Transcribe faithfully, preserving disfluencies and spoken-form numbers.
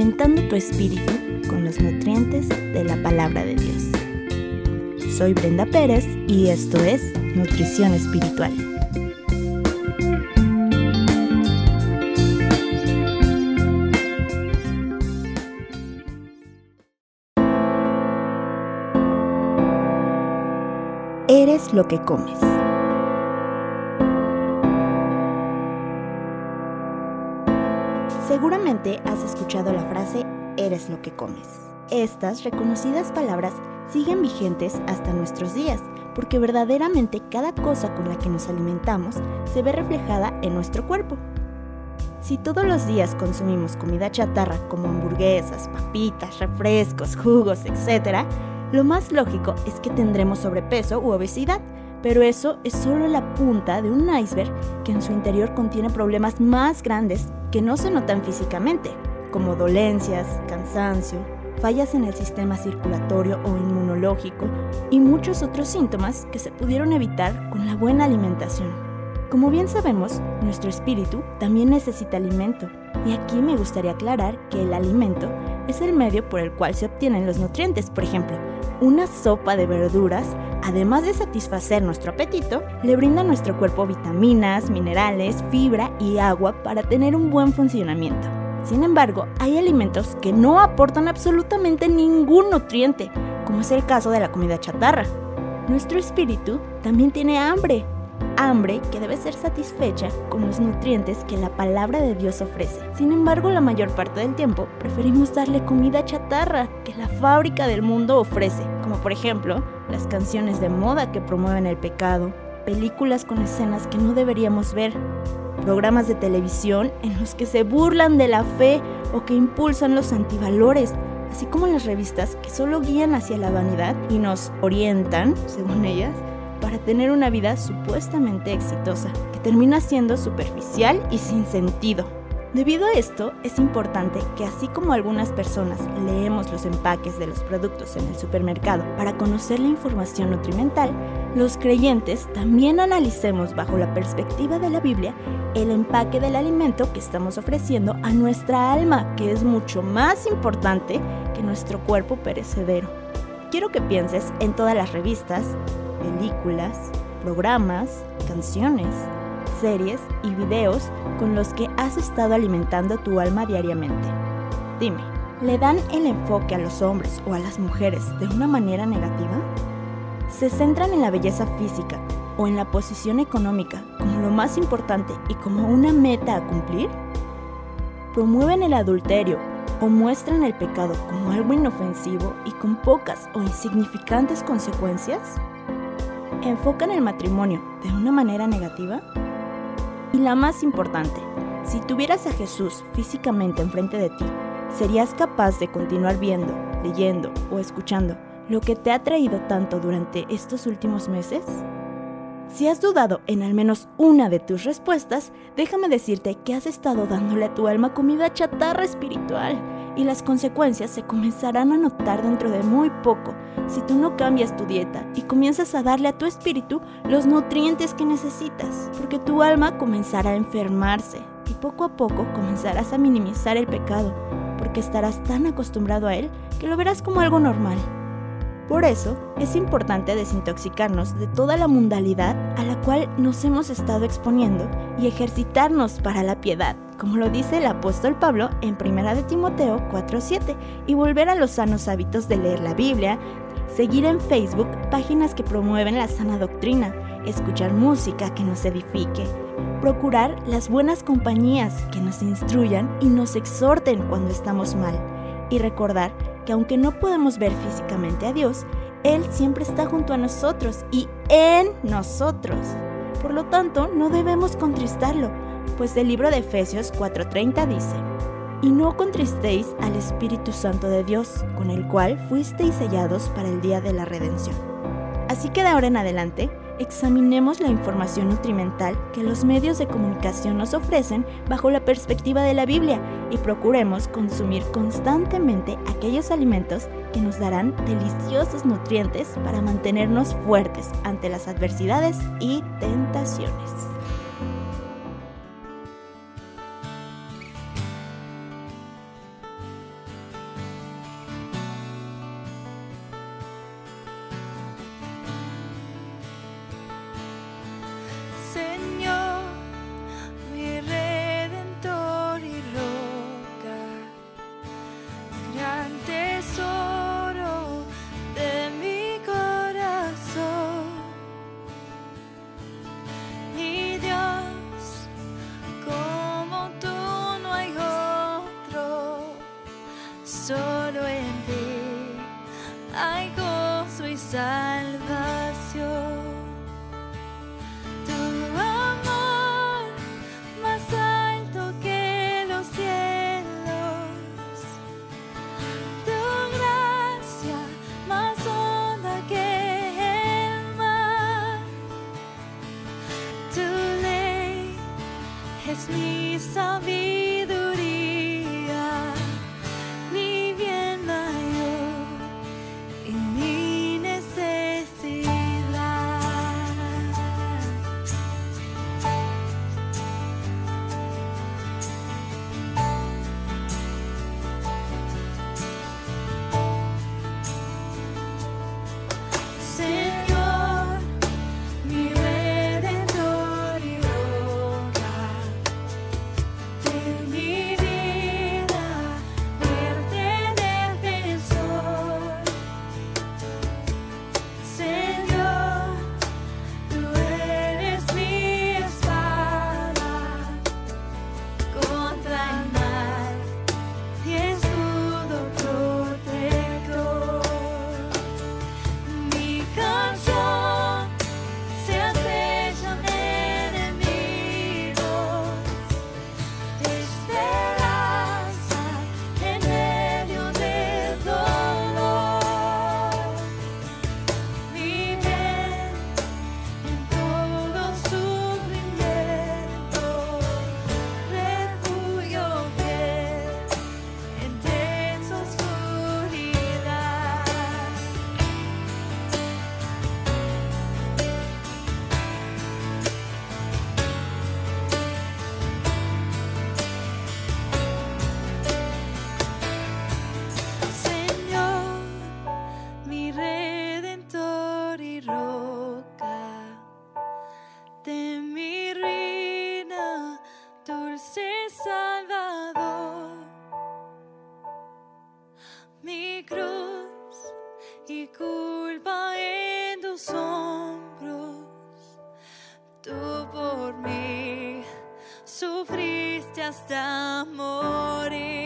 alimentando tu espíritu con los nutrientes de la palabra de Dios. Soy Brenda Pérez y esto es Nutrición Espiritual. Eres lo que comes. Seguramente has escuchado la frase eres lo que comes. Estas reconocidas palabras siguen vigentes hasta nuestros días, porque verdaderamente cada cosa con la que nos alimentamos se ve reflejada en nuestro cuerpo. Si todos los días consumimos comida chatarra como hamburguesas, papitas, refrescos, jugos, etcétera, lo más lógico es que tendremos sobrepeso u obesidad, pero eso es solo la punta de un iceberg que en su interior contiene problemas más grandes que no se notan físicamente, como dolencias, cansancio, fallas en el sistema circulatorio o inmunológico y muchos otros síntomas que se pudieron evitar con la buena alimentación. Como bien sabemos, nuestro espíritu también necesita alimento, y aquí me gustaría aclarar que el alimento es el medio por el cual se obtienen los nutrientes. Por ejemplo, una sopa de verduras, además de satisfacer nuestro apetito, le brinda a nuestro cuerpo vitaminas, minerales, fibra y agua para tener un buen funcionamiento. Sin embargo, hay alimentos que no aportan absolutamente ningún nutriente, como es el caso de la comida chatarra. Nuestro espíritu también tiene hambre, hambre que debe ser satisfecha con los nutrientes que la palabra de Dios ofrece. Sin embargo, la mayor parte del tiempo preferimos darle comida chatarra que la fábrica del mundo ofrece, como por ejemplo, las canciones de moda que promueven el pecado, películas con escenas que no deberíamos ver, programas de televisión en los que se burlan de la fe o que impulsan los antivalores, así como las revistas que solo guían hacia la vanidad y nos orientan, según ellas, para tener una vida supuestamente exitosa, que termina siendo superficial y sin sentido. Debido a esto, es importante que así como algunas personas leemos los empaques de los productos en el supermercado para conocer la información nutrimental, los creyentes también analicemos bajo la perspectiva de la Biblia el empaque del alimento que estamos ofreciendo a nuestra alma, que es mucho más importante que nuestro cuerpo perecedero. Quiero que pienses en todas las revistas, películas, programas, canciones, series y videos con los que has estado alimentando tu alma diariamente. Dime, ¿le dan el enfoque a los hombres o a las mujeres de una manera negativa? ¿Se centran en la belleza física o en la posición económica como lo más importante y como una meta a cumplir? ¿Promueven el adulterio o muestran el pecado como algo inofensivo y con pocas o insignificantes consecuencias? ¿Enfocan el matrimonio de una manera negativa? Y la más importante, si tuvieras a Jesús físicamente enfrente de ti, ¿serías capaz de continuar viendo, leyendo o escuchando lo que te ha traído tanto durante estos últimos meses? Si has dudado en al menos una de tus respuestas, déjame decirte que has estado dándole a tu alma comida chatarra espiritual y las consecuencias se comenzarán a notar dentro de muy poco si tú no cambias tu dieta y comienzas a darle a tu espíritu los nutrientes que necesitas, porque tu alma comenzará a enfermarse y poco a poco comenzarás a minimizar el pecado, porque estarás tan acostumbrado a él que lo verás como algo normal. Por eso, es importante desintoxicarnos de toda la mundalidad a la cual nos hemos estado exponiendo y ejercitarnos para la piedad, como lo dice el apóstol Pablo en primera de Timoteo cuatro siete, y volver a los sanos hábitos de leer la Biblia, seguir en Facebook páginas que promueven la sana doctrina, escuchar música que nos edifique, procurar las buenas compañías que nos instruyan y nos exhorten cuando estamos mal, y recordar que aunque no podemos ver físicamente a Dios, Él siempre está junto a nosotros y en nosotros. Por lo tanto, no debemos contristarlo, pues el libro de Efesios cuatro treinta dice: «Y no contristéis al Espíritu Santo de Dios, con el cual fuisteis sellados para el día de la redención». Así que de ahora en adelante, examinemos la información nutrimental que los medios de comunicación nos ofrecen bajo la perspectiva de la Biblia y procuremos consumir constantemente aquellos alimentos que nos darán deliciosos nutrientes para mantenernos fuertes ante las adversidades y tentaciones. salvación. Tu amor más alto que los cielos, tu gracia más honda que el mar, tu ley es mi sabiduría, mi bien mayor y mi necesidad. Señor, mi redentor y roca, de mi vida, fuerte defensor. Señor, tú eres mi espada contra el mal y escudo protector. Mi canción se acechan enemigos, esperanza en medio del dolor, mi bien en todo sufrimiento, refugio fiel en densa oscuridad. Señor, mi redentor y roca, de mi ruina, dulce Salvador, mi cruz y culpa en tus hombros, tú por mí sufriste hasta morir.